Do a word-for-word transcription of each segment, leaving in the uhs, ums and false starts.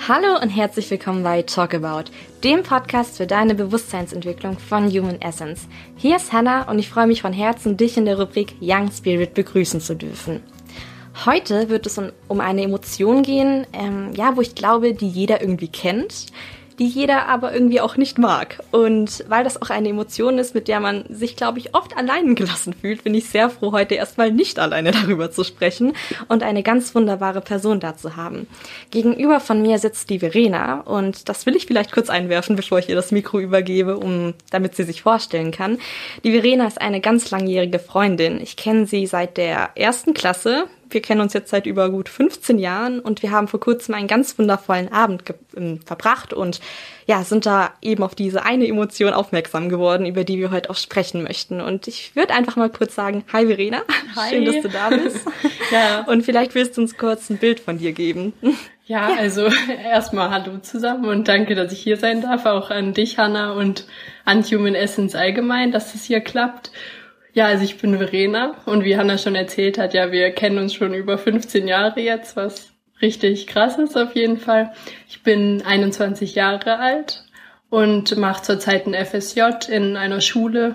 Hallo und herzlich willkommen bei Talk About, dem Podcast für deine Bewusstseinsentwicklung von Human Essence. Hier ist Hannah und ich freue mich von Herzen, dich in der Rubrik Young Spirit begrüßen zu dürfen. Heute wird es um, um eine Emotion gehen, ähm, ja, wo ich glaube, die jeder irgendwie kennt, die jeder aber irgendwie auch nicht mag. Und weil das auch eine Emotion ist, mit der man sich, glaube ich, oft allein gelassen fühlt, bin ich sehr froh, heute erstmal nicht alleine darüber zu sprechen und eine ganz wunderbare Person da zu haben. Gegenüber von mir sitzt die Verena und das will ich vielleicht kurz einwerfen, bevor ich ihr das Mikro übergebe, um damit sie sich vorstellen kann. Die Verena ist eine ganz langjährige Freundin. Ich kenne sie seit der ersten Klasse. Wir kennen uns jetzt seit über gut fünfzehn Jahren und wir haben vor kurzem einen ganz wundervollen Abend ge- äh, verbracht und ja, sind da eben auf diese eine Emotion aufmerksam geworden, über die wir heute auch sprechen möchten. Und ich würde einfach mal kurz sagen, hi Verena, hi. Schön, dass du da bist. Ja. Und vielleicht willst du uns kurz ein Bild von dir geben. Ja, ja. Also erstmal hallo zusammen und danke, dass ich hier sein darf, auch an dich, Hannah, und an Human Essence allgemein, dass das hier klappt. Ja, also ich bin Verena und wie Hannah schon erzählt hat, ja, wir kennen uns schon über fünfzehn Jahre jetzt, was richtig krass ist auf jeden Fall. Ich bin einundzwanzig Jahre alt und mache zurzeit ein F S J in einer Schule.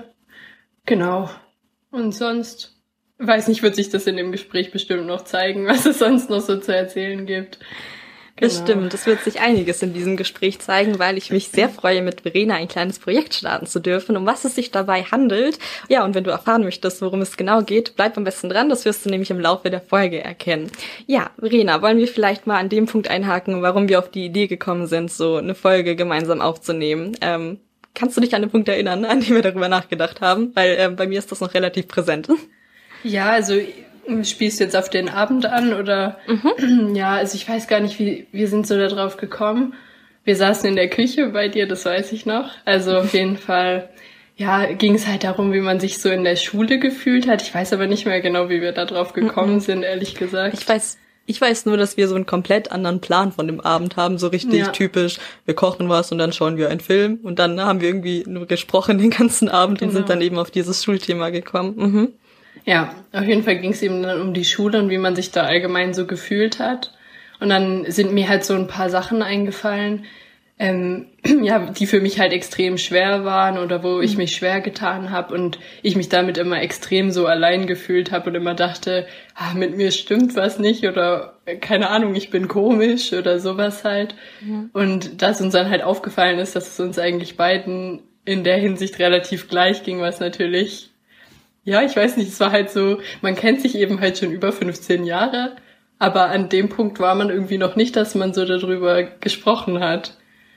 Genau. Und sonst, weiß nicht, wird sich das in dem Gespräch bestimmt noch zeigen, was es sonst noch so zu erzählen gibt. Das Genau. stimmt, es wird sich einiges in diesem Gespräch zeigen, weil ich mich sehr freue, mit Verena ein kleines Projekt starten zu dürfen, um was es sich dabei handelt. Ja, und wenn du erfahren möchtest, worum es genau geht, bleib am besten dran, das wirst du nämlich im Laufe der Folge erkennen. Ja, Verena, wollen wir vielleicht mal an dem Punkt einhaken, warum wir auf die Idee gekommen sind, so eine Folge gemeinsam aufzunehmen. Ähm, kannst du dich an den Punkt erinnern, an dem wir darüber nachgedacht haben? Weil ähm, bei mir ist das noch relativ präsent. Ja, also spielst du jetzt auf den Abend an oder mhm. Ja, also ich weiß gar nicht, wie wir sind so da drauf gekommen. Wir saßen in der Küche bei dir, das weiß ich noch. Also auf jeden Fall, ja, ging es halt darum, wie man sich so in der Schule gefühlt hat. Ich weiß aber nicht mehr genau, wie wir da drauf gekommen mhm. sind, ehrlich gesagt. Ich weiß Ich weiß nur, dass wir so einen komplett anderen Plan von dem Abend haben, so richtig ja. typisch, wir kochen was und dann schauen wir einen Film und dann haben wir irgendwie nur gesprochen den ganzen Abend genau. und sind dann eben auf dieses Schulthema gekommen. Mhm. Ja, auf jeden Fall ging es eben dann um die Schule und wie man sich da allgemein so gefühlt hat. Und dann sind mir halt so ein paar Sachen eingefallen, ähm, ja, die für mich halt extrem schwer waren oder wo ich mich schwer getan habe und ich mich damit immer extrem so allein gefühlt habe und immer dachte, ah, mit mir stimmt was nicht oder keine Ahnung, ich bin komisch oder sowas halt. Mhm. Und dass uns dann halt aufgefallen ist, dass es uns eigentlich beiden in der Hinsicht relativ gleich ging, was natürlich... Ja, ich weiß nicht, es war halt so, man kennt sich eben halt schon über fünfzehn Jahre, aber an dem Punkt war man irgendwie noch nicht, dass man so darüber gesprochen hat.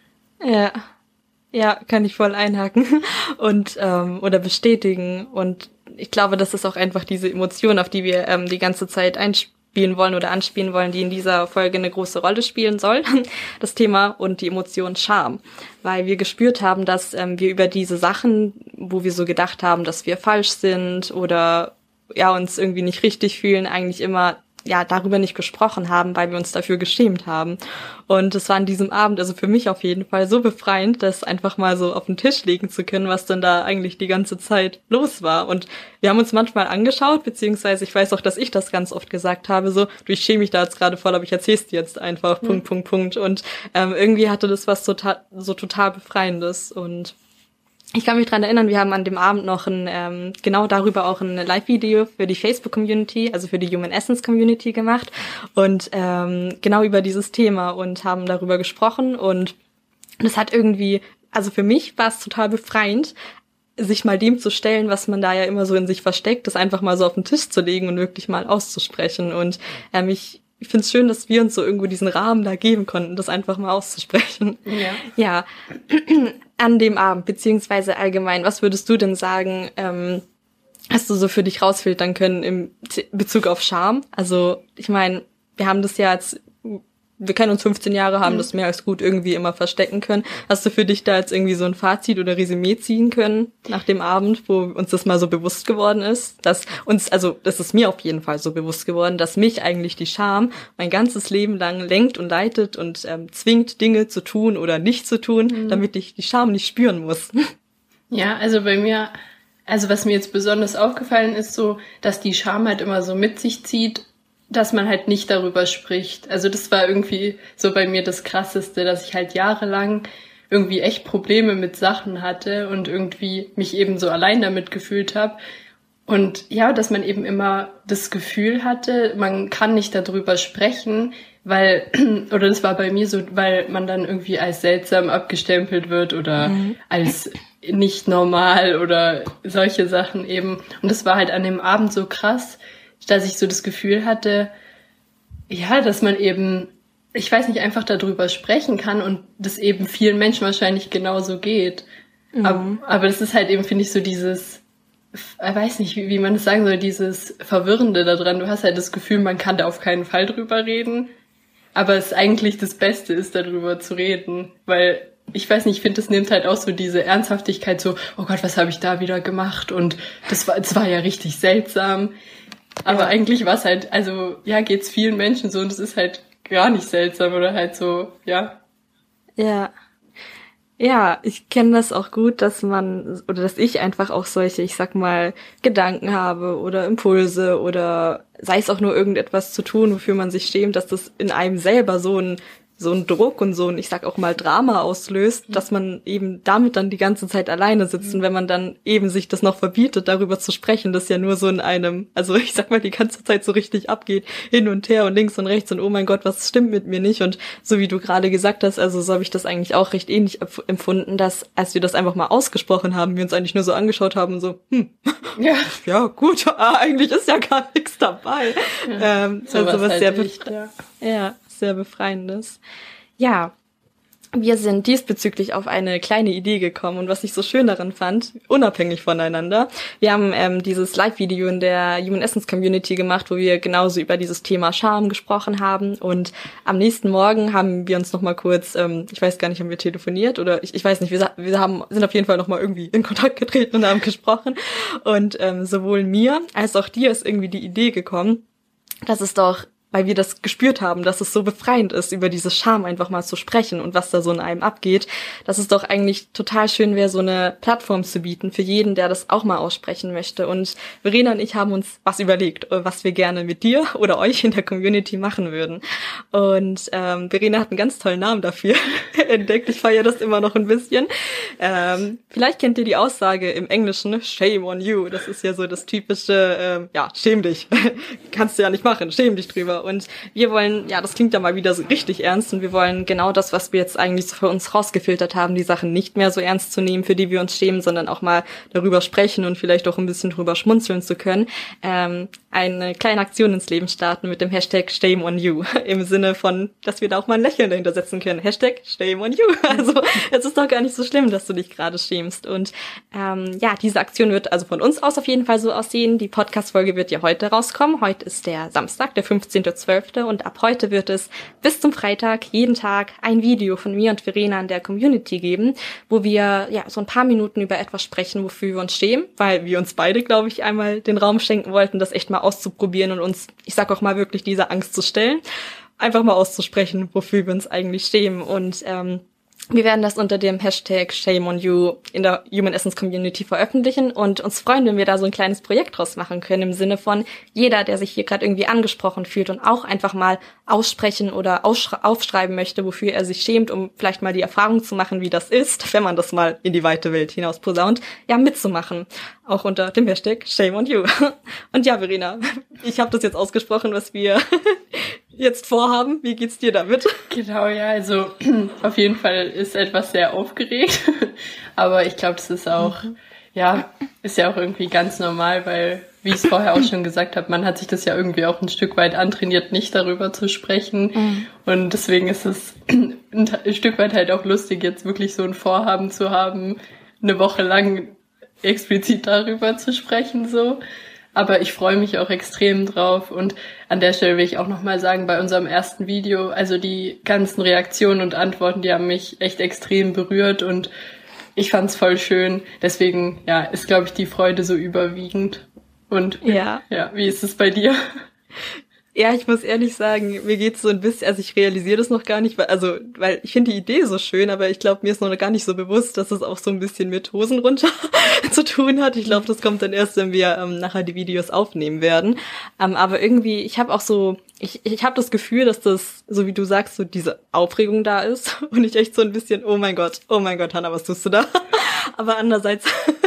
Ja, ja, kann ich voll einhaken und ähm, oder bestätigen und ich glaube, das ist auch einfach diese Emotion, auf die wir ähm, die ganze Zeit einspielen wollen oder anspielen wollen, die in dieser Folge eine große Rolle spielen soll, das Thema und die Emotion Scham, weil wir gespürt haben, dass ähm, wir über diese Sachen, wo wir so gedacht haben, dass wir falsch sind oder ja uns irgendwie nicht richtig fühlen, eigentlich immer ja darüber nicht gesprochen haben, weil wir uns dafür geschämt haben. Und es war an diesem Abend, also für mich auf jeden Fall so befreiend, das einfach mal so auf den Tisch legen zu können, was denn da eigentlich die ganze Zeit los war. Und wir haben uns manchmal angeschaut, beziehungsweise ich weiß auch, dass ich das ganz oft gesagt habe, so, du, ich schäme mich da jetzt gerade voll, aber ich erzähl's dir jetzt einfach, mhm. Punkt, Punkt, Punkt. Und ähm, irgendwie hatte das was total, so total Befreiendes und ich kann mich dran erinnern, wir haben an dem Abend noch ein, ähm, genau darüber auch ein Live-Video für die Facebook-Community, also für die Human Essence-Community gemacht und ähm, genau über dieses Thema und haben darüber gesprochen und das hat irgendwie, also für mich war es total befreiend, sich mal dem zu stellen, was man da ja immer so in sich versteckt, das einfach mal so auf den Tisch zu legen und wirklich mal auszusprechen und ähm, ich Ich finde es schön, dass wir uns so irgendwo diesen Rahmen da geben konnten, das einfach mal auszusprechen. Ja. Ja, an dem Abend, beziehungsweise allgemein, was würdest du denn sagen, ähm, hast du so für dich rausfiltern können im T- Bezug auf Scham? Also ich meine, wir haben das ja jetzt, wir kennen uns fünfzehn Jahre, haben mhm. das mehr als gut irgendwie immer verstecken können. Hast du für dich da jetzt irgendwie so ein Fazit oder Resümee ziehen können nach dem Abend, wo uns das mal so bewusst geworden ist? Dass uns, also das ist mir auf jeden Fall so bewusst geworden, dass mich eigentlich die Scham mein ganzes Leben lang lenkt und leitet und ähm, zwingt, Dinge zu tun oder nicht zu tun, mhm. damit ich die Scham nicht spüren muss. Ja, also bei mir, also was mir jetzt besonders aufgefallen ist, so, dass die Scham halt immer so mit sich zieht, dass man halt nicht darüber spricht. Also das war irgendwie so bei mir das Krasseste, dass ich halt jahrelang irgendwie echt Probleme mit Sachen hatte und irgendwie mich eben so allein damit gefühlt habe. Und ja, dass man eben immer das Gefühl hatte, man kann nicht darüber sprechen, weil, oder das war bei mir so, weil man dann irgendwie als seltsam abgestempelt wird oder mhm. als nicht normal oder solche Sachen eben. Und das war halt an dem Abend so krass, dass ich so das Gefühl hatte, ja, dass man eben, ich weiß nicht, einfach darüber sprechen kann und das eben vielen Menschen wahrscheinlich genauso geht. Mhm. Aber, aber das ist halt eben, finde ich, so dieses, ich weiß nicht, wie, wie man das sagen soll, dieses Verwirrende daran. Du hast halt das Gefühl, man kann da auf keinen Fall drüber reden. Aber es eigentlich das Beste ist, darüber zu reden. Weil, ich weiß nicht, ich finde, das nimmt halt auch so diese Ernsthaftigkeit so, oh Gott, was habe ich da wieder gemacht? Und das war, das war ja richtig seltsam. Aber ja. Eigentlich war es halt, also, ja, geht's vielen Menschen so und es ist halt gar nicht seltsam oder halt so, ja. Ja. Ja, ich kenne das auch gut, dass man, oder dass ich einfach auch solche, ich sag mal, Gedanken habe oder Impulse oder sei es auch nur irgendetwas zu tun, wofür man sich schämt, dass das in einem selber so ein so ein Druck und so ein, ich sag auch mal, Drama auslöst, dass man eben damit dann die ganze Zeit alleine sitzt. Und wenn man dann eben sich das noch verbietet, darüber zu sprechen, das ja nur so in einem, also ich sag mal, die ganze Zeit so richtig abgeht, hin und her und links und rechts und oh mein Gott, was stimmt mit mir nicht? Und so wie du gerade gesagt hast, also so habe ich das eigentlich auch recht ähnlich empfunden, dass als wir das einfach mal ausgesprochen haben, wir uns eigentlich nur so angeschaut haben und so, hm, ja, ja gut, eigentlich ist ja gar nichts dabei. Ja, ähm, so also was halt sehr nicht, ja. ja. sehr Befreiendes. Ja, wir sind diesbezüglich auf eine kleine Idee gekommen und was ich so schön daran fand, unabhängig voneinander, wir haben ähm, dieses Live-Video in der Human Essence Community gemacht, wo wir genauso über dieses Thema Scham gesprochen haben und am nächsten Morgen haben wir uns nochmal kurz, ähm, ich weiß gar nicht, haben wir telefoniert oder ich, ich weiß nicht, wir, wir haben sind auf jeden Fall nochmal irgendwie in Kontakt getreten und haben gesprochen und ähm, sowohl mir als auch dir ist irgendwie die Idee gekommen, dass es doch, weil wir das gespürt haben, dass es so befreiend ist, über diese Scham einfach mal zu sprechen und was da so in einem abgeht, dass es doch eigentlich total schön wäre, so eine Plattform zu bieten für jeden, der das auch mal aussprechen möchte. Und Verena und ich haben uns was überlegt, was wir gerne mit dir oder euch in der Community machen würden. Und ähm, Verena hat einen ganz tollen Namen dafür entdeckt. Ich feiere das immer noch ein bisschen. Ähm, vielleicht kennt ihr die Aussage im Englischen, shame on you. Das ist ja so das typische, ähm, ja, schäm dich. Kannst du ja nicht machen, schäm dich drüber. Und wir wollen, ja, das klingt ja mal wieder so richtig ernst und wir wollen genau das, was wir jetzt eigentlich so für uns rausgefiltert haben, die Sachen nicht mehr so ernst zu nehmen, für die wir uns schämen, sondern auch mal darüber sprechen und vielleicht auch ein bisschen drüber schmunzeln zu können, ähm, eine kleine Aktion ins Leben starten mit dem Hashtag Shame on You, im Sinne von, dass wir da auch mal ein Lächeln dahinter setzen können. Hashtag Shame on You. Also es ist doch gar nicht so schlimm, dass du dich gerade schämst. Und ähm, ja, diese Aktion wird also von uns aus auf jeden Fall so aussehen. Die Podcast-Folge wird ja heute rauskommen. Heute ist der Samstag, der fünfzehnter zwölfter und ab heute wird es bis zum Freitag jeden Tag ein Video von mir und Verena in der Community geben, wo wir ja so ein paar Minuten über etwas sprechen, wofür wir uns schämen, weil wir uns beide, glaube ich, einmal den Raum schenken wollten, das echt mal auszuprobieren und uns, ich sag auch mal wirklich, dieser Angst zu stellen, einfach mal auszusprechen, wofür wir uns eigentlich schämen. Und ähm, wir werden das unter dem Hashtag Shame on You in der Human Essence Community veröffentlichen und uns freuen, wenn wir da so ein kleines Projekt draus machen können, im Sinne von jeder, der sich hier gerade irgendwie angesprochen fühlt und auch einfach mal aussprechen oder aufschreiben möchte, wofür er sich schämt, um vielleicht mal die Erfahrung zu machen, wie das ist, wenn man das mal in die weite Welt hinaus posaunt, ja, mitzumachen. Auch unter dem Hashtag Shame on You. Und ja, Verena, ich habe das jetzt ausgesprochen, was wir jetzt vorhaben. Wie geht's dir damit? Genau, ja, also auf jeden Fall ist etwas sehr aufgeregt, aber ich glaube, das ist auch, mhm. ja, ist ja auch irgendwie ganz normal, weil, wie ich es vorher auch schon gesagt habe, man hat sich das ja irgendwie auch ein Stück weit antrainiert, nicht darüber zu sprechen mhm. und deswegen ist es ein Stück weit halt auch lustig, jetzt wirklich so ein Vorhaben zu haben, eine Woche lang explizit darüber zu sprechen, so. Aber ich freue mich auch extrem drauf und an der Stelle will ich auch nochmal sagen, bei unserem ersten Video, also die ganzen Reaktionen und Antworten, die haben mich echt extrem berührt und ich fand's voll schön. Deswegen, ja, ist, glaube ich, die Freude so überwiegend. Und ja, ja, wie ist es bei dir? Ja, ich muss ehrlich sagen, mir geht's so ein bisschen, also ich realisiere das noch gar nicht, weil, also, weil ich finde die Idee so schön, aber ich glaube, mir ist noch gar nicht so bewusst, dass es auch so ein bisschen mit Hosen runter zu tun hat. Ich glaube, das kommt dann erst, wenn wir ähm, nachher die Videos aufnehmen werden. Ähm, aber irgendwie, ich habe auch so ich, ich habe das Gefühl, dass das, so wie du sagst, so diese Aufregung da ist und ich echt so ein bisschen, oh mein Gott, oh mein Gott, Hannah, was tust du da? Aber andererseits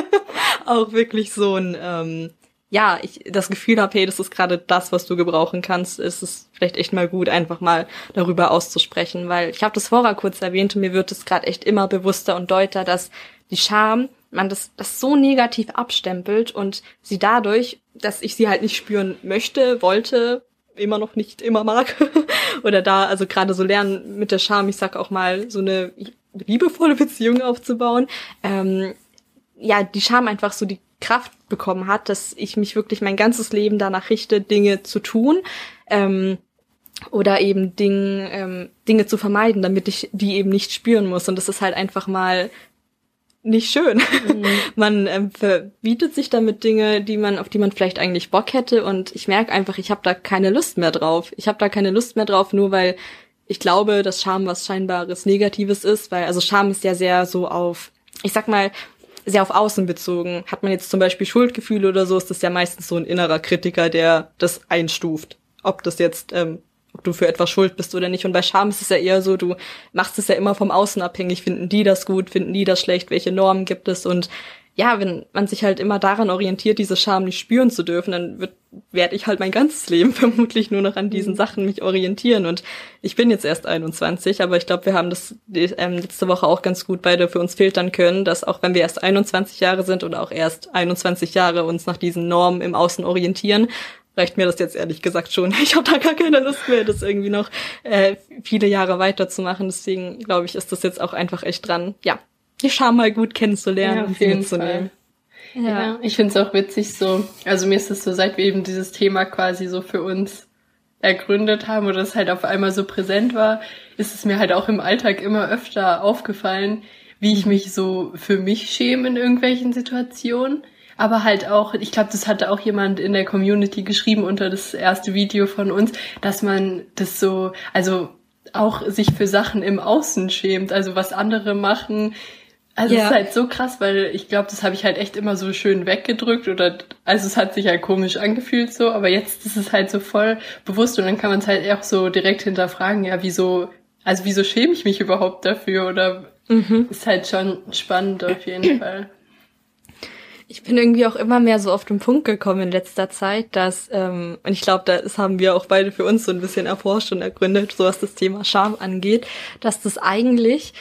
auch wirklich so ein, ähm, ja, ich das Gefühl habe, hey, das ist gerade das, was du gebrauchen kannst, ist es vielleicht echt mal gut, einfach mal darüber auszusprechen, weil ich habe das vorher kurz erwähnt und mir wird es gerade echt immer bewusster und deuter, dass die Scham, man das, das so negativ abstempelt und sie dadurch, dass ich sie halt nicht spüren möchte, wollte, immer noch nicht immer mag oder da, also gerade so lernen mit der Scham, ich sag auch mal, so eine liebevolle Beziehung aufzubauen, ähm, ja, die Scham einfach so die Kraft bekommen hat, dass ich mich wirklich mein ganzes Leben danach richte, Dinge zu tun ähm, oder eben Ding, ähm, Dinge zu vermeiden, damit ich die eben nicht spüren muss. Und das ist halt einfach mal nicht schön. Mhm. Man ähm, verbietet sich damit Dinge, die man, auf die man vielleicht eigentlich Bock hätte. Und ich merke einfach, ich habe da keine Lust mehr drauf. Ich habe da keine Lust mehr drauf, nur weil ich glaube, dass Scham was Scheinbares Negatives ist, weil also Scham ist ja sehr so auf, ich sag mal, sehr auf Außen bezogen. Hat man jetzt zum Beispiel Schuldgefühle oder so, ist das ja meistens so ein innerer Kritiker, der das einstuft. Ob das jetzt, ähm, ob du für etwas schuld bist oder nicht. Und bei Scham ist es ja eher so, du machst es ja immer vom Außen abhängig. Finden die das gut, finden die das schlecht, welche Normen gibt es? Und ja, wenn man sich halt immer daran orientiert, diese Scham nicht spüren zu dürfen, dann wird werde ich halt mein ganzes Leben vermutlich nur noch an diesen Sachen mich orientieren. Und ich bin jetzt erst einundzwanzig, aber ich glaube, wir haben das ähm, letzte Woche auch ganz gut beide für uns filtern können, dass auch wenn wir erst einundzwanzig Jahre sind oder auch erst einundzwanzig Jahre uns nach diesen Normen im Außen orientieren, reicht mir das jetzt ehrlich gesagt schon. Ich habe da gar keine Lust mehr, das irgendwie noch äh, viele Jahre weiterzumachen. Deswegen glaube ich, ist das jetzt auch einfach echt dran, ja, die Scham mal gut kennenzulernen ja, und sie mitzunehmen. Ja, ja, ich finde es auch witzig so, also mir ist es so, seit wir eben dieses Thema quasi so für uns ergründet haben oder es halt auf einmal so präsent war, ist es mir halt auch im Alltag immer öfter aufgefallen, wie ich mich so für mich schäme in irgendwelchen Situationen. Aber halt auch, ich glaube, das hatte auch jemand in der Community geschrieben unter das erste Video von uns, dass man das so, also auch sich für Sachen im Außen schämt, also was andere machen. Also ja. Es ist halt so krass, weil ich glaube, das habe ich halt echt immer so schön weggedrückt oder, also es hat sich halt komisch angefühlt so, aber jetzt ist es halt so voll bewusst und dann kann man es halt auch so direkt hinterfragen, ja, wieso, also wieso schäme ich mich überhaupt dafür oder mhm. Ist halt schon spannend auf jeden Fall. Ich bin irgendwie auch immer mehr so auf den Punkt gekommen in letzter Zeit, dass, ähm, und ich glaube, das haben wir auch beide für uns so ein bisschen erforscht und ergründet, so was das Thema Scham angeht, dass das eigentlich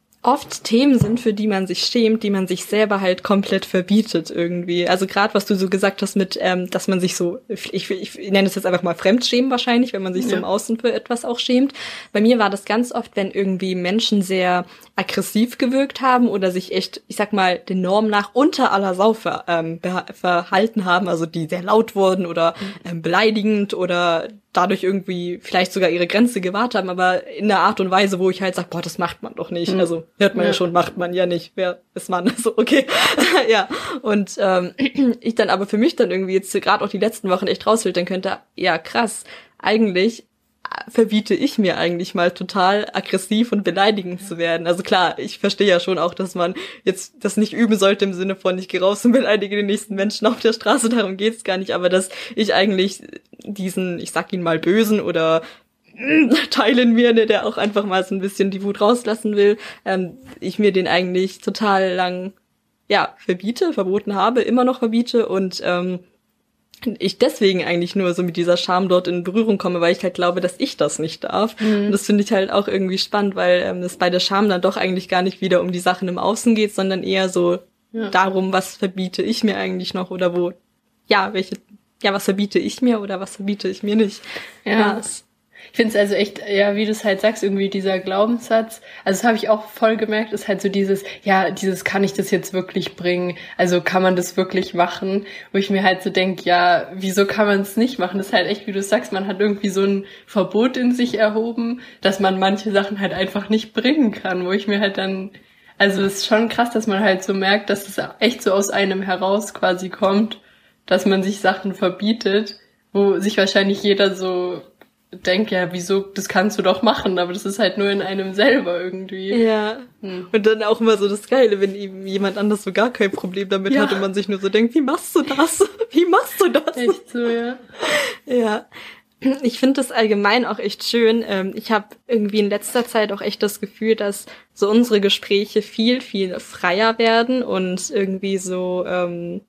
oft Themen sind, für die man sich schämt, die man sich selber halt komplett verbietet irgendwie. Also gerade was du so gesagt hast mit, ähm, dass man sich so, ich, ich, ich nenne es jetzt einfach mal Fremdschämen wahrscheinlich, wenn man sich ja. so im Außen für etwas auch schämt. Bei mir war das ganz oft, wenn irgendwie Menschen sehr aggressiv gewirkt haben oder sich echt, ich sag mal, den Normen nach unter aller Sau ver, ähm, verhalten haben, also die sehr laut wurden oder ähm, beleidigend oder dadurch irgendwie vielleicht sogar ihre Grenze gewahrt haben, aber in einer Art und Weise, wo ich halt sage, boah, das macht man doch nicht. Mhm. Also hört man ja. ja schon, macht man ja nicht. Wer ist man? Also okay, ja. Und ähm, ich dann aber für mich dann irgendwie jetzt gerade auch die letzten Wochen echt rausfiltern könnte, ja krass, eigentlich verbiete ich mir eigentlich mal total aggressiv und beleidigend zu werden. Also klar, ich verstehe ja schon auch, dass man jetzt das nicht üben sollte im Sinne von, ich gehe raus und beleidige den nächsten Menschen auf der Straße, darum geht's gar nicht, aber dass ich eigentlich diesen, ich sag ihn mal bösen oder Teil in mir, ne, der auch einfach mal so ein bisschen die Wut rauslassen will, ähm, ich mir den eigentlich total lang, ja, verbiete, verboten habe, immer noch verbiete und ähm, ich deswegen eigentlich nur so mit dieser Scham dort in Berührung komme, weil ich halt glaube, dass ich das nicht darf. Mhm. Und das finde ich halt auch irgendwie spannend, weil ähm, es bei der Scham dann doch eigentlich gar nicht wieder um die Sachen im Außen geht, sondern eher so ja. darum, was verbiete ich mir eigentlich noch oder wo, ja, welche, ja, was verbiete ich mir oder was verbiete ich mir nicht. Ja. ja Ich finde es also echt, ja, wie du es halt sagst, irgendwie dieser Glaubenssatz, also das habe ich auch voll gemerkt, ist halt so dieses, ja, dieses, kann ich das jetzt wirklich bringen, also kann man das wirklich machen, wo ich mir halt so denke, ja, wieso kann man es nicht machen, das ist halt echt, wie du sagst, man hat irgendwie so ein Verbot in sich erhoben, dass man manche Sachen halt einfach nicht bringen kann, wo ich mir halt dann, also es ist schon krass, dass man halt so merkt, dass es echt so aus einem heraus quasi kommt, dass man sich Sachen verbietet, wo sich wahrscheinlich jeder so denk, ja, wieso, das kannst du doch machen, aber das ist halt nur in einem selber irgendwie. Ja. Hm. Und dann auch immer so das Geile, wenn eben jemand anders so gar kein Problem damit ja. hat und man sich nur so denkt, wie machst du das? Wie machst du das? Echt so, ja. Ja. ich finde das allgemein auch echt schön. Ähm, ich habe irgendwie in letzter Zeit auch echt das Gefühl, dass so unsere Gespräche viel, viel freier werden und irgendwie so, ähm,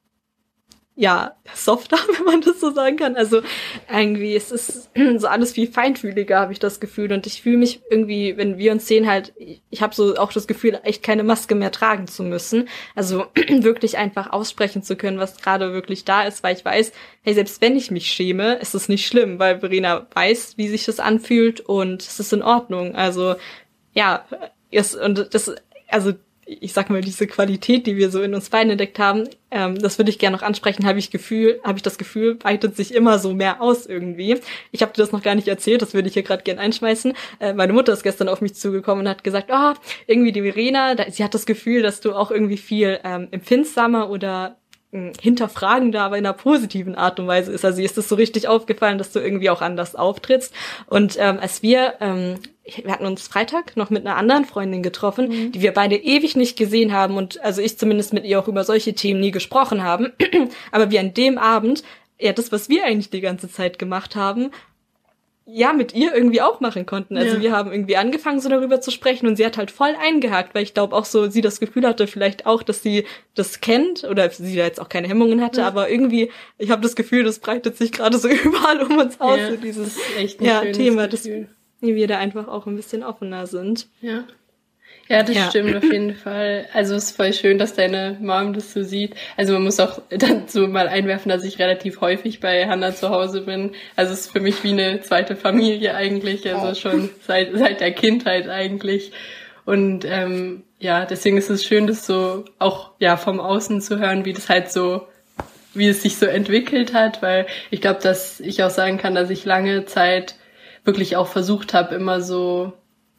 ja, softer, wenn man das so sagen kann. Also irgendwie, es ist so alles viel feinfühliger, habe ich das Gefühl. Und ich fühle mich irgendwie, wenn wir uns sehen, halt, ich habe so auch das Gefühl, echt keine Maske mehr tragen zu müssen. Also wirklich einfach aussprechen zu können, was gerade wirklich da ist, weil ich weiß, hey, selbst wenn ich mich schäme, ist es nicht schlimm, weil Verena weiß, wie sich das anfühlt und es ist in Ordnung. Also ja, es, und das, also ich sag mal, diese Qualität, die wir so in uns beiden entdeckt haben, ähm, das würde ich gerne noch ansprechen, habe ich Gefühl, habe ich das Gefühl, weitet sich immer so mehr aus irgendwie. Ich habe dir das noch gar nicht erzählt, das würde ich hier gerade gerne einschmeißen. Äh, meine Mutter ist gestern auf mich zugekommen und hat gesagt, oh, irgendwie die Verena, da, sie hat das Gefühl, dass du auch irgendwie viel ähm, empfindsamer oder hinterfragender, aber in einer positiven Art und Weise ist. Also ihr ist es so richtig aufgefallen, dass du irgendwie auch anders auftrittst. Und ähm, als wir, ähm, wir hatten uns Freitag noch mit einer anderen Freundin getroffen, mhm. die wir beide ewig nicht gesehen haben und also ich zumindest mit ihr auch über solche Themen nie gesprochen haben. Aber wir an dem Abend, ja, das, was wir eigentlich die ganze Zeit gemacht haben, ja, mit ihr irgendwie auch machen konnten. Also ja. wir haben irgendwie angefangen, so darüber zu sprechen und sie hat halt voll eingehakt, weil ich glaube auch so, sie das Gefühl hatte vielleicht auch, dass sie das kennt oder sie da jetzt auch keine Hemmungen hatte, ja. aber irgendwie, ich habe das Gefühl, das breitet sich gerade so überall um uns aus, ja, so dieses das ist echt ein ja, schönes Thema, Gefühl. dass wir da einfach auch ein bisschen offener sind. Ja. Ja, das Ja. stimmt auf jeden Fall. Also es ist voll schön, dass deine Mom das so sieht. Also man muss auch dann so mal einwerfen, dass ich relativ häufig bei Hannah zu Hause bin. Also es ist für mich wie eine zweite Familie eigentlich, also schon seit seit der Kindheit eigentlich. Und ähm, ja, deswegen ist es schön, das so auch ja vom Außen zu hören, wie das halt so, wie es sich so entwickelt hat, weil ich glaube, dass ich auch sagen kann, dass ich lange Zeit wirklich auch versucht habe, immer so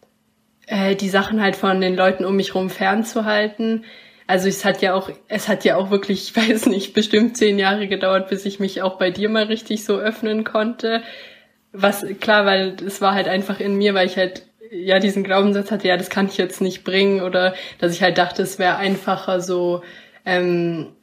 die Sachen halt von den Leuten um mich rum fernzuhalten. Also es hat ja auch, es hat ja auch wirklich, ich weiß nicht, bestimmt zehn Jahre gedauert, bis ich mich auch bei dir mal richtig so öffnen konnte. Was, klar, weil es war halt einfach in mir, weil ich halt, ja, diesen Glaubenssatz hatte, ja, das kann ich jetzt nicht bringen, oder dass ich halt dachte, es wäre einfacher so, ähm,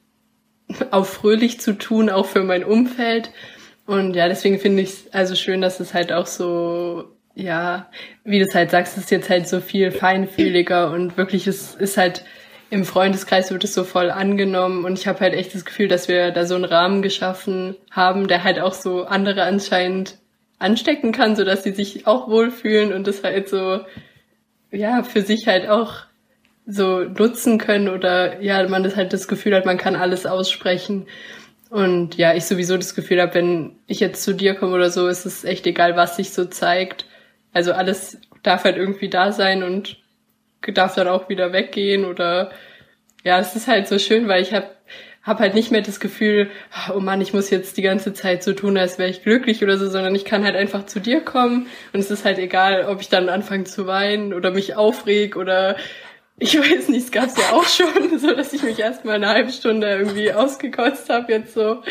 auf fröhlich zu tun, auch für mein Umfeld. Und ja, deswegen finde ich es also schön, dass es halt auch so, ja, wie du es halt sagst, es ist jetzt halt so viel feinfühliger und wirklich, es ist halt im Freundeskreis wird es so voll angenommen und ich habe halt echt das Gefühl, dass wir da so einen Rahmen geschaffen haben, der halt auch so andere anscheinend anstecken kann, so dass sie sich auch wohlfühlen und das halt so, ja, für sich halt auch so nutzen können oder ja, man das halt das Gefühl hat, man kann alles aussprechen. Und ja, ich sowieso das Gefühl habe, wenn ich jetzt zu dir komme oder so, ist es echt egal, was sich so zeigt. Also alles darf halt irgendwie da sein und darf dann auch wieder weggehen oder ja, es ist halt so schön, weil ich hab hab halt nicht mehr das Gefühl, oh Mann, ich muss jetzt die ganze Zeit so tun, als wäre ich glücklich oder so, sondern ich kann halt einfach zu dir kommen und es ist halt egal, ob ich dann anfange zu weinen oder mich aufreg oder ich weiß nicht, es gab's ja auch schon, so dass ich mich erstmal eine halbe Stunde irgendwie ausgekotzt habe jetzt so.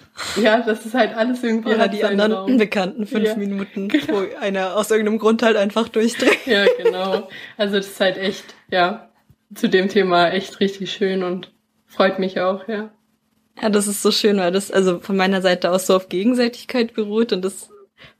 Ja, das ist halt alles irgendwie. Oder die anderen Raum. Bekannten fünf ja, Minuten, genau. Wo einer aus irgendeinem Grund halt einfach durchdreht. Ja, genau. Also das ist halt echt, ja, zu dem Thema echt richtig schön und freut mich auch, ja. Ja, das ist so schön, weil das also von meiner Seite aus so auf Gegenseitigkeit beruht und das,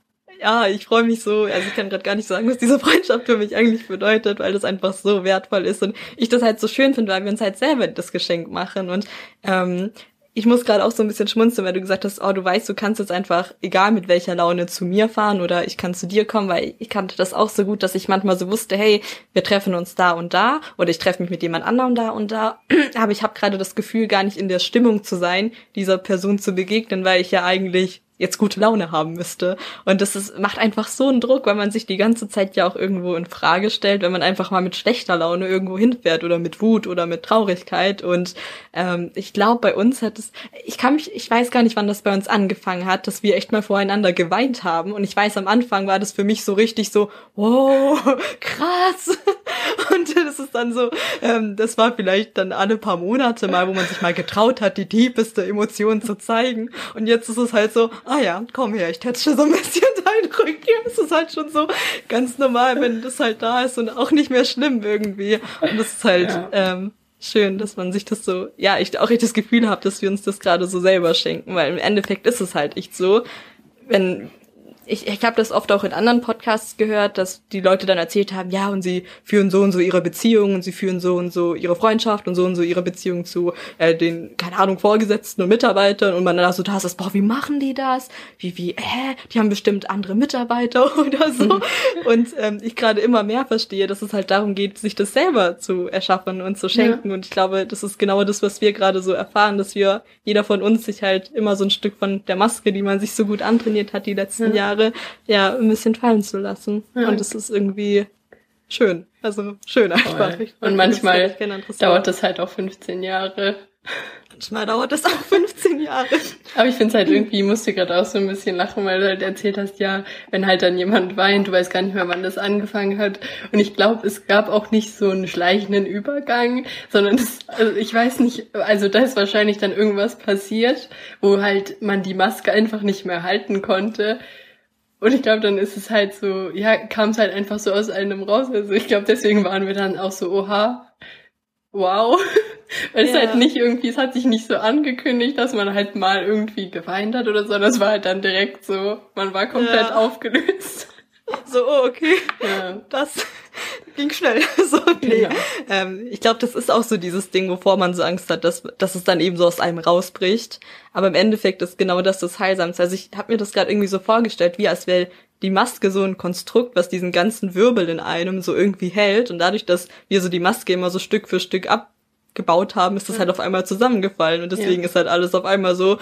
ja, ich freue mich so, also ich kann gerade gar nicht sagen, was diese Freundschaft für mich eigentlich bedeutet, weil das einfach so wertvoll ist und ich das halt so schön finde, weil wir uns halt selber das Geschenk machen und ähm, ich muss gerade auch so ein bisschen schmunzeln, weil du gesagt hast, oh, du weißt, du kannst jetzt einfach, egal mit welcher Laune, zu mir fahren oder ich kann zu dir kommen, weil ich kannte das auch so gut, dass ich manchmal so wusste, hey, wir treffen uns da und da oder ich treffe mich mit jemand anderem da und da, aber ich habe gerade das Gefühl, gar nicht in der Stimmung zu sein, dieser Person zu begegnen, weil ich ja eigentlich jetzt gute Laune haben müsste. Und das ist, macht einfach so einen Druck, weil man sich die ganze Zeit ja auch irgendwo in Frage stellt, wenn man einfach mal mit schlechter Laune irgendwo hinfährt oder mit Wut oder mit Traurigkeit. Und ähm, ich glaube, bei uns hat es, ich kann mich, ich weiß gar nicht, wann das bei uns angefangen hat, dass wir echt mal voreinander geweint haben. Und ich weiß, am Anfang war das für mich so richtig so, wow, krass. Und das ist dann so, ähm, das war vielleicht dann alle paar Monate mal, wo man sich mal getraut hat, die tiefste Emotion zu zeigen. Und jetzt ist es halt so, ah ja, komm her, ich tätsche so ein bisschen dein Rücken. Es ist halt schon so ganz normal, wenn das halt da ist und auch nicht mehr schlimm irgendwie. Und das ist halt ja. ähm, schön, dass man sich das so, ja, ich auch echt das Gefühl habe, dass wir uns das gerade so selber schenken, weil im Endeffekt ist es halt echt so, wenn ich, ich habe das oft auch in anderen Podcasts gehört, dass die Leute dann erzählt haben, ja, und sie führen so und so ihre Beziehung und sie führen so und so ihre Freundschaft und so und so ihre Beziehung zu äh, den, keine Ahnung, Vorgesetzten und Mitarbeitern und man dann so da ist, boah, wie machen die das? Wie, wie, hä? Die haben bestimmt andere Mitarbeiter oder so. Mhm. Und ähm, ich gerade immer mehr verstehe, dass es halt darum geht, sich das selber zu erschaffen und zu schenken. Ja. Und ich glaube, das ist genau das, was wir gerade so erfahren, dass wir, jeder von uns sich halt immer so ein Stück von der Maske, die man sich so gut antrainiert hat die letzten ja. Jahre, ja, ein bisschen fallen zu lassen. Ja. Und es ist irgendwie schön. Also schön einfach. Ich und manchmal dauert das halt auch fünfzehn Jahre. Manchmal dauert das auch fünfzehn Jahre. Aber ich finde es halt irgendwie, ich musste gerade auch so ein bisschen lachen, weil du halt erzählt hast, ja, wenn halt dann jemand weint, du weißt gar nicht mehr, wann das angefangen hat. Und ich glaube, es gab auch nicht so einen schleichenden Übergang, sondern das, also ich weiß nicht, also da ist wahrscheinlich dann irgendwas passiert, wo halt man die Maske einfach nicht mehr halten konnte. Und ich glaube, dann ist es halt so, ja, kam es halt einfach so aus einem raus. Also ich glaube, deswegen waren wir dann auch so, oha, wow. Weil es ja. halt nicht irgendwie, es hat sich nicht so angekündigt, dass man halt mal irgendwie geweint hat oder so, sondern es war halt dann direkt so, man war komplett ja. aufgelöst. So, oh, okay. Ja. Das ging schnell. So, nee. Ja. Ähm, ich glaube, das ist auch so dieses Ding, wovor man so Angst hat, dass, dass es dann eben so aus einem rausbricht. Aber im Endeffekt ist genau das das Heilsamste. Also ich habe mir das gerade irgendwie so vorgestellt, wie als wäre die Maske so ein Konstrukt, was diesen ganzen Wirbel in einem so irgendwie hält. Und dadurch, dass wir so die Maske immer so Stück für Stück abgebaut haben, ist das ja. halt auf einmal zusammengefallen. Und deswegen ja. ist halt alles auf einmal so,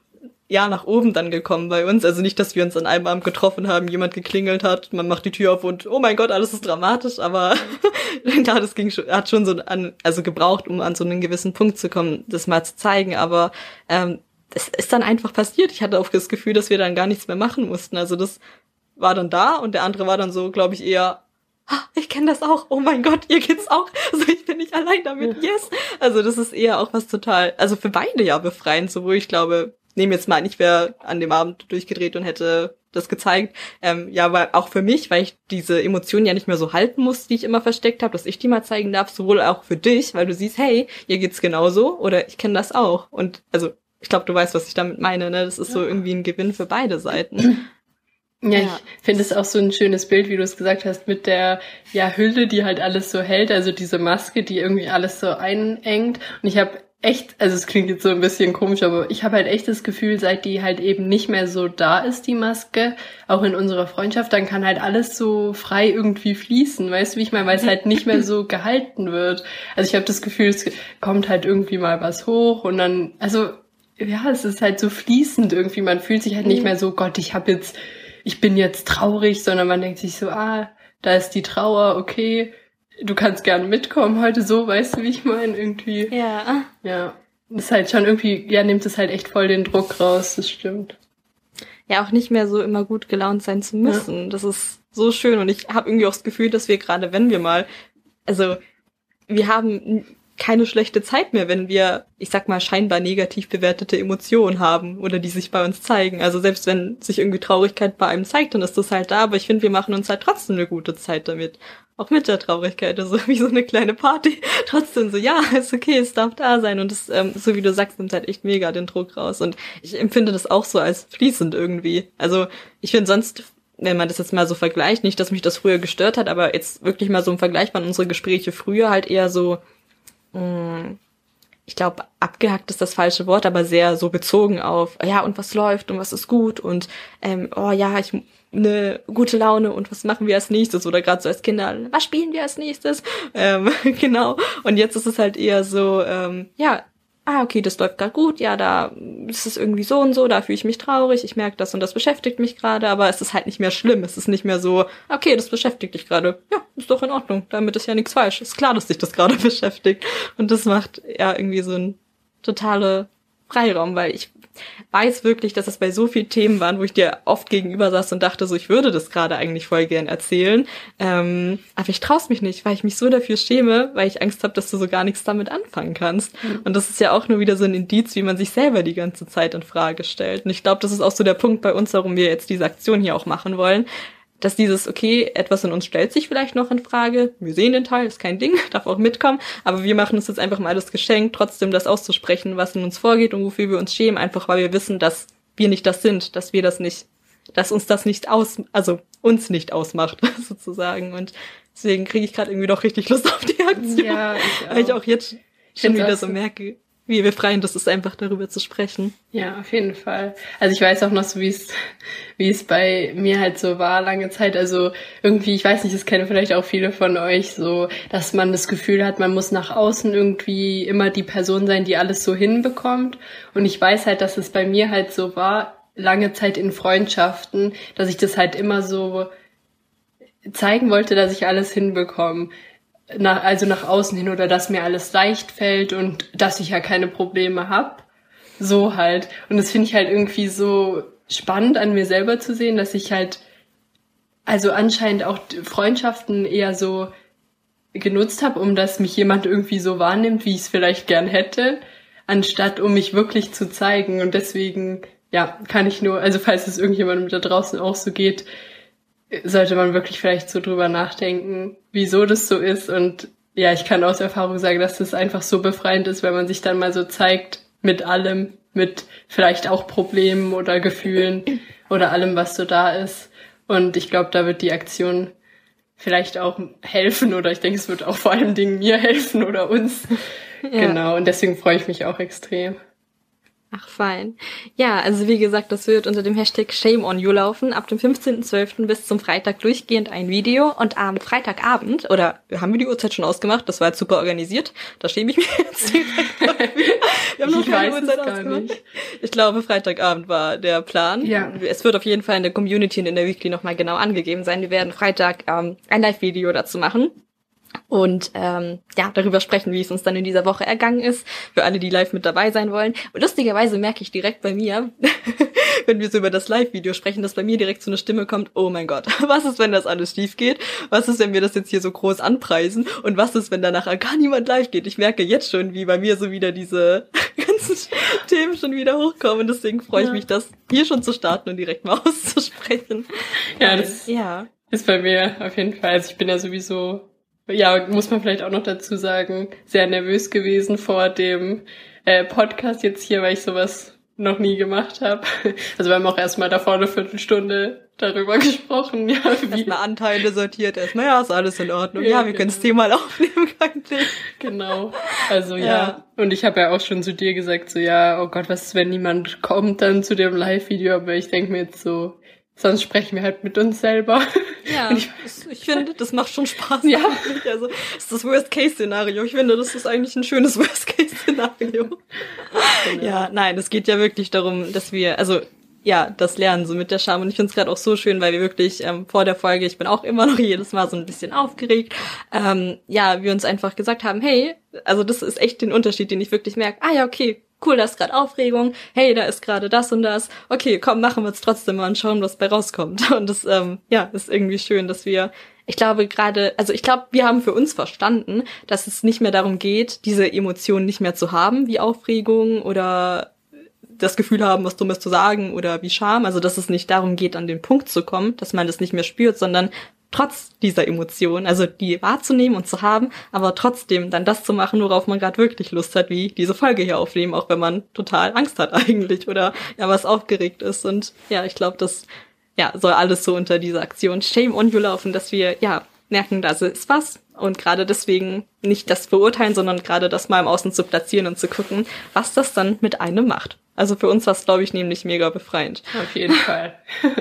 ja, nach oben dann gekommen bei uns. Also nicht, dass wir uns an einem Abend getroffen haben, jemand geklingelt hat, man macht die Tür auf und oh mein Gott, alles ist dramatisch. Aber ja, das ging schon, hat schon so an, also gebraucht, um an so einen gewissen Punkt zu kommen, das mal zu zeigen. Aber ähm, es ist dann einfach passiert. Ich hatte auch das Gefühl, dass wir dann gar nichts mehr machen mussten. Also das war dann da und der andere war dann so, glaube ich, eher, ah, ich kenne das auch, oh mein Gott, ihr geht's auch, also ich bin nicht allein damit, yes. Also das ist eher auch was total, also für beide ja befreiend, so wo ich glaube, nehmen jetzt mal, ich wäre an dem Abend durchgedreht und hätte das gezeigt, ähm, ja, aber auch für mich, weil ich diese Emotionen ja nicht mehr so halten muss, die ich immer versteckt habe, dass ich die mal zeigen darf, sowohl auch für dich, weil du siehst, hey, ihr geht's genauso oder ich kenne das auch und also ich glaube, du weißt, was ich damit meine, ne? Das ist so irgendwie ein Gewinn für beide Seiten. Ja, ja, ich finde es auch so ein schönes Bild, wie du es gesagt hast, mit der ja Hülle, die halt alles so hält, also diese Maske, die irgendwie alles so einengt. Und ich habe echt, also es klingt jetzt so ein bisschen komisch, aber ich habe halt echt das Gefühl, seit die halt eben nicht mehr so da ist, die Maske, auch in unserer Freundschaft, dann kann halt alles so frei irgendwie fließen, weißt du, wie ich meine, weil es halt nicht mehr so gehalten wird. Also ich habe das Gefühl, es kommt halt irgendwie mal was hoch und dann, also ja, es ist halt so fließend irgendwie, man fühlt sich halt nicht mehr so, Gott, ich habe jetzt ich bin jetzt traurig, sondern man denkt sich so, ah, da ist die Trauer, okay, du kannst gerne mitkommen heute so, weißt du, wie ich meine, irgendwie. Ja. Ja, das ist halt schon irgendwie, ja, nimmt es halt echt voll den Druck raus, das stimmt. Ja, auch nicht mehr so immer gut gelaunt sein zu müssen, ja. Das ist so schön und ich habe irgendwie auch das Gefühl, dass wir gerade, wenn wir mal, also wir haben keine schlechte Zeit mehr, wenn wir, ich sag mal, scheinbar negativ bewertete Emotionen haben oder die sich bei uns zeigen. Also selbst wenn sich irgendwie Traurigkeit bei einem zeigt, dann ist das halt da, aber ich finde, wir machen uns halt trotzdem eine gute Zeit damit. Auch mit der Traurigkeit, also wie so eine kleine Party. Trotzdem so, ja, ist okay, es darf da sein und das, ähm, so wie du sagst, nimmt halt echt mega den Druck raus und ich empfinde das auch so als fließend irgendwie. Also ich finde sonst, wenn man das jetzt mal so vergleicht, nicht, dass mich das früher gestört hat, aber jetzt wirklich mal so im Vergleich waren unsere Gespräche früher halt eher so, ich glaube, abgehackt ist das falsche Wort, aber sehr so bezogen auf, ja, und was läuft und was ist gut und ähm, oh ja, ich eine gute Laune und was machen wir als nächstes oder gerade so als Kinder, was spielen wir als nächstes? Ähm, genau. Und jetzt ist es halt eher so, ähm, ja, ah, okay, das läuft gerade gut, ja, da ist es irgendwie so und so, da fühle ich mich traurig, ich merke das und das beschäftigt mich gerade, aber es ist halt nicht mehr schlimm, es ist nicht mehr so, okay, das beschäftigt dich gerade, ja, ist doch in Ordnung, damit ist ja nichts falsch, ist klar, dass dich das gerade beschäftigt und das macht ja irgendwie so ein totaler Freiraum, weil ich weiß wirklich, dass es bei so vielen Themen waren, wo ich dir oft gegenüber saß und dachte so, ich würde das gerade eigentlich voll gern erzählen, ähm, aber ich trau's mich nicht, weil ich mich so dafür schäme, weil ich Angst habe, dass du so gar nichts damit anfangen kannst. Mhm. Und das ist ja auch nur wieder so ein Indiz, wie man sich selber die ganze Zeit in Frage stellt. Und ich glaube, das ist auch so der Punkt bei uns, warum wir jetzt diese Aktion hier auch machen wollen, dass dieses, okay, etwas in uns stellt sich vielleicht noch in Frage, wir sehen den Teil, ist kein Ding, darf auch mitkommen, aber wir machen uns jetzt einfach mal das Geschenk, trotzdem das auszusprechen, was in uns vorgeht und wofür wir uns schämen, einfach weil wir wissen, dass wir nicht das sind, dass wir das nicht dass uns das nicht aus, also uns nicht ausmacht, sozusagen. Und deswegen kriege ich gerade irgendwie doch richtig Lust auf die Aktion. Ja, ich auch. Weil ich auch jetzt schon wieder so merke, wie befreiend es ist, einfach darüber zu sprechen. Ja, auf jeden Fall. Also ich weiß auch noch so, wie es wie es bei mir halt so war, lange Zeit. Also irgendwie, ich weiß nicht, das kennen vielleicht auch viele von euch, so, dass man das Gefühl hat, man muss nach außen irgendwie immer die Person sein, die alles so hinbekommt. Und ich weiß halt, dass es bei mir halt so war, lange Zeit in Freundschaften, dass ich das halt immer so zeigen wollte, dass ich alles hinbekomme. Nach, also nach außen hin oder dass mir alles leicht fällt und dass ich ja keine Probleme hab. So halt. Und das finde ich halt irgendwie so spannend an mir selber zu sehen, dass ich halt also anscheinend auch Freundschaften eher so genutzt habe, um dass mich jemand irgendwie so wahrnimmt, wie ich es vielleicht gern hätte, anstatt um mich wirklich zu zeigen. Und deswegen, ja, kann ich nur, also falls es irgendjemandem da draußen auch so geht, sollte man wirklich vielleicht so drüber nachdenken, wieso das so ist. Und ja, ich kann aus Erfahrung sagen, dass das einfach so befreiend ist, wenn man sich dann mal so zeigt mit allem, mit vielleicht auch Problemen oder Gefühlen oder allem, was so da ist. Und ich glaube, da wird die Aktion vielleicht auch helfen oder ich denke, es wird auch vor allen Dingen mir helfen oder uns. Ja. Genau, und deswegen freue ich mich auch extrem. Ach, fein. Ja, also wie gesagt, das wird unter dem Hashtag Shame on You laufen. Ab dem fünfzehnten zwölften bis zum Freitag durchgehend ein Video. Und am Freitagabend, oder haben wir die Uhrzeit schon ausgemacht? Das war jetzt super organisiert. Da schäme ich mich jetzt direkt. Wir haben noch ich keine Uhrzeit ausgemacht. Nicht. Ich glaube, Freitagabend war der Plan. Ja. Es wird auf jeden Fall in der Community und in der Weekly nochmal genau angegeben sein. Wir werden Freitag ähm, ein Live-Video dazu machen. Und ähm, ja, darüber sprechen, wie es uns dann in dieser Woche ergangen ist, für alle, die live mit dabei sein wollen. Und lustigerweise merke ich direkt bei mir, wenn wir so über das Live-Video sprechen, dass bei mir direkt so eine Stimme kommt, oh mein Gott, was ist, wenn das alles schief geht? Was ist, wenn wir das jetzt hier so groß anpreisen? Und was ist, wenn danach gar niemand live geht? Ich merke jetzt schon, wie bei mir so wieder diese ganzen Themen schon wieder hochkommen. Und deswegen freue ich ja. mich, das hier schon zu starten und direkt mal auszusprechen. Ja, das ja. ist bei mir auf jeden Fall. Also ich bin ja sowieso... Ja, muss man vielleicht auch noch dazu sagen, sehr nervös gewesen vor dem äh, Podcast jetzt hier, weil ich sowas noch nie gemacht habe. Also wir haben auch erstmal davor eine Viertelstunde darüber gesprochen. Ja, wie erstmal Anteile sortiert, erstmal, ja, ist alles in Ordnung. Ja, ja wir genau. können das Thema mal aufnehmen, kein Ding. Genau, also ja. ja. Und ich habe ja auch schon zu dir gesagt, so ja, oh Gott, was ist, wenn niemand kommt dann zu dem Live-Video, aber ich denke mir jetzt so, sonst sprechen wir halt mit uns selber. Ja, ich, ich finde, das macht schon Spaß. Ja. Eigentlich. Also, das ist das Worst-Case-Szenario. Ich finde, das ist eigentlich ein schönes Worst-Case-Szenario. Genau. Ja, nein, es geht ja wirklich darum, dass wir, also, ja, das Lernen so mit der Scham. Und ich finde es gerade auch so schön, weil wir wirklich ähm, vor der Folge, ich bin auch immer noch jedes Mal so ein bisschen aufgeregt, ähm, ja, wir uns einfach gesagt haben, hey, also das ist echt den Unterschied, den ich wirklich merke. Ah ja, okay, cool, da ist gerade Aufregung, hey, da ist gerade das und das, okay, komm, machen wir es trotzdem mal und schauen, was bei rauskommt. Und das, ähm, ja, ist irgendwie schön, dass wir, ich glaube gerade, also ich glaube, wir haben für uns verstanden, dass es nicht mehr darum geht, diese Emotionen nicht mehr zu haben, wie Aufregung oder das Gefühl haben, was Dummes zu sagen oder wie Scham, also dass es nicht darum geht, an den Punkt zu kommen, dass man das nicht mehr spürt, sondern trotz dieser Emotionen, also die wahrzunehmen und zu haben, aber trotzdem dann das zu machen, worauf man gerade wirklich Lust hat, wie diese Folge hier aufnehmen, auch wenn man total Angst hat eigentlich oder ja was aufgeregt ist. Und ja, ich glaube, das ja soll alles so unter dieser Aktion Shame on You laufen, dass wir ja merken, da ist was und gerade deswegen nicht das verurteilen, sondern gerade das mal im Außen zu platzieren und zu gucken, was das dann mit einem macht. Also für uns war es, glaube ich, nämlich mega befreiend. Auf jeden Fall.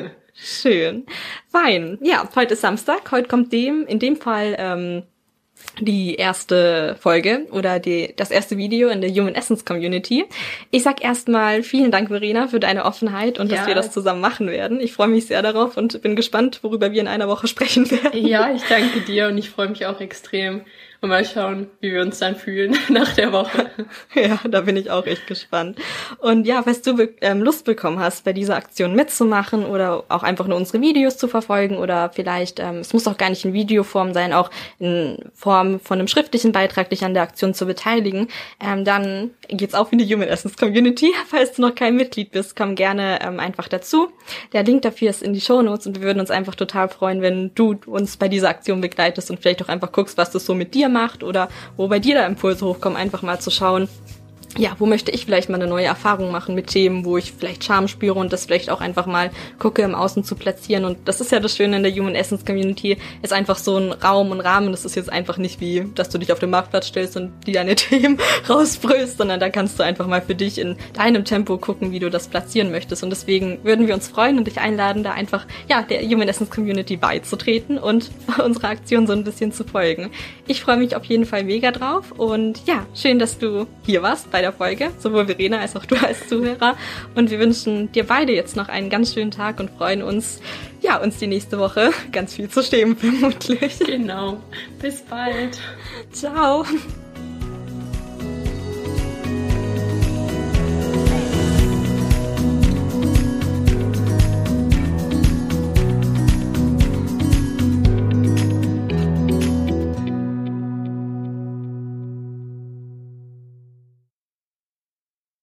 Schön. Wein. Ja, heute ist Samstag. Heute kommt dem, in dem Fall, ähm, die erste Folge oder die, das erste Video in der Human Essence Community. Ich sag erstmal vielen Dank, Verena, für deine Offenheit und ja. dass wir das zusammen machen werden. Ich freue mich sehr darauf und bin gespannt, worüber wir in einer Woche sprechen werden. Ja, ich danke dir und ich freue mich auch extrem. Und mal schauen, wie wir uns dann fühlen nach der Woche. Ja, da bin ich auch echt gespannt. Und ja, falls du ähm, Lust bekommen hast, bei dieser Aktion mitzumachen oder auch einfach nur unsere Videos zu verfolgen oder vielleicht, ähm, es muss auch gar nicht in Videoform sein, auch in Form von einem schriftlichen Beitrag, dich an der Aktion zu beteiligen, ähm, dann geht's auch in die Human Essence Community. Falls du noch kein Mitglied bist, komm gerne ähm, einfach dazu. Der Link dafür ist in die Shownotes und wir würden uns einfach total freuen, wenn du uns bei dieser Aktion begleitest und vielleicht auch einfach guckst, was das so mit dir macht oder wo bei dir da Impulse hochkommen, einfach mal zu schauen, ja, wo möchte ich vielleicht mal eine neue Erfahrung machen mit Themen, wo ich vielleicht Charme spüre und das vielleicht auch einfach mal gucke, im Außen zu platzieren. Und das ist ja das Schöne in der Human Essence Community, ist einfach so ein Raum und Rahmen. Das ist jetzt einfach nicht wie, dass du dich auf den Marktplatz stellst und die deine Themen rausbrüllst, sondern da kannst du einfach mal für dich in deinem Tempo gucken, wie du das platzieren möchtest. Und deswegen würden wir uns freuen und dich einladen, da einfach, ja, der Human Essence Community beizutreten und unserer Aktion so ein bisschen zu folgen. Ich freue mich auf jeden Fall mega drauf und ja, schön, dass du hier warst bei der Folge, sowohl Verena als auch du als Zuhörer. Und wir wünschen dir beide jetzt noch einen ganz schönen Tag und freuen uns, ja, uns die nächste Woche ganz viel zu stehen, vermutlich. Genau. Bis bald. Ciao.